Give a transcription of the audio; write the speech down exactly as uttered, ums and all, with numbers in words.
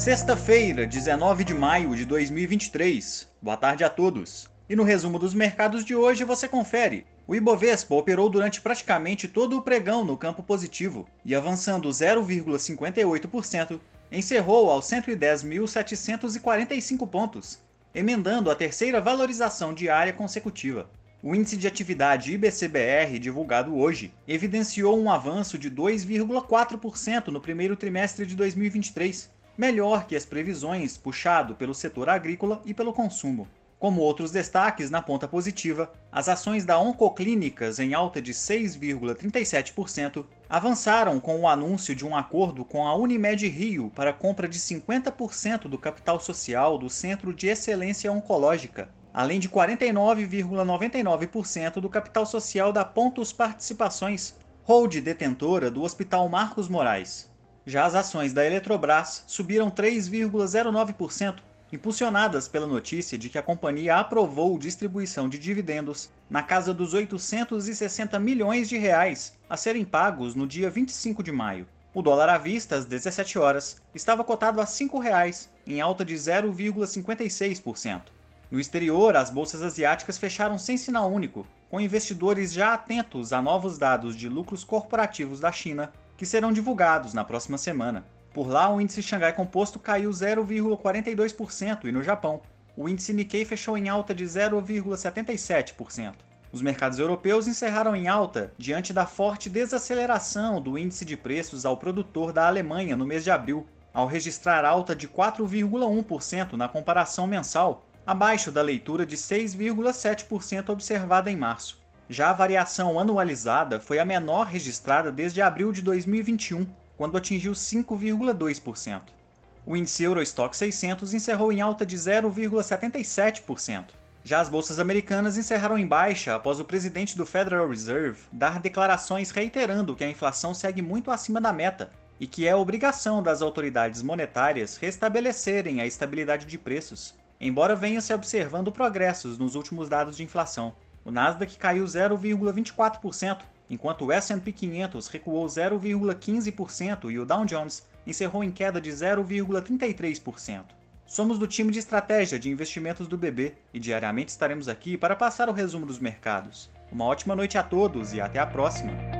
Sexta-feira, dezenove de maio de dois mil e vinte e três. Boa tarde a todos. E no resumo dos mercados de hoje você confere. O Ibovespa operou durante praticamente todo o pregão no campo positivo e, avançando zero vírgula cinquenta e oito por cento, encerrou aos cento e dez mil setecentos e quarenta e cinco pontos, emendando a terceira valorização diária consecutiva. O índice de atividade I B C B R, divulgado hoje, evidenciou um avanço de dois vírgula quatro por cento no primeiro trimestre de dois mil e vinte e três, melhor que as previsões, puxado pelo setor agrícola e pelo consumo. Como outros destaques na ponta positiva, as ações da Oncoclínicas, em alta de seis vírgula trinta e sete por cento, avançaram com o anúncio de um acordo com a Unimed Rio para a compra de cinquenta por cento do capital social do Centro de Excelência Oncológica, além de quarenta e nove vírgula noventa e nove por cento do capital social da Pontus Participações, hold detentora do Hospital Marcos Moraes. Já as ações da Eletrobras subiram três vírgula zero nove por cento, impulsionadas pela notícia de que a companhia aprovou distribuição de dividendos na casa dos oitocentos e sessenta milhões de reais a serem pagos no dia vinte e cinco de maio. O dólar à vista, às dezessete horas, estava cotado a cinco reais, em alta de zero vírgula cinquenta e seis por cento. No exterior, as bolsas asiáticas fecharam sem sinal único, com investidores já atentos a novos dados de lucros corporativos da China, que serão divulgados na próxima semana. Por lá, o índice Xangai Composto caiu zero vírgula quarenta e dois por cento e no Japão, o índice Nikkei fechou em alta de zero vírgula setenta e sete por cento. Os mercados europeus encerraram em alta diante da forte desaceleração do índice de preços ao produtor da Alemanha no mês de abril, ao registrar alta de quatro vírgula um por cento na comparação mensal, abaixo da leitura de seis vírgula sete por cento observada em março. Já a variação anualizada foi a menor registrada desde abril de dois mil e vinte e um, quando atingiu cinco vírgula dois por cento. O índice Eurostoxx seiscentos encerrou em alta de zero vírgula setenta e sete por cento. Já as bolsas americanas encerraram em baixa após o presidente do Federal Reserve dar declarações reiterando que a inflação segue muito acima da meta e que é obrigação das autoridades monetárias restabelecerem a estabilidade de preços, embora venha se observando progressos nos últimos dados de inflação. O Nasdaq caiu zero vírgula vinte e quatro por cento, enquanto o S and P quinhentos recuou zero vírgula quinze por cento e o Dow Jones encerrou em queda de zero vírgula trinta e três por cento. Somos do time de estratégia de investimentos do B B e diariamente estaremos aqui para passar o resumo dos mercados. Uma ótima noite a todos e até a próxima!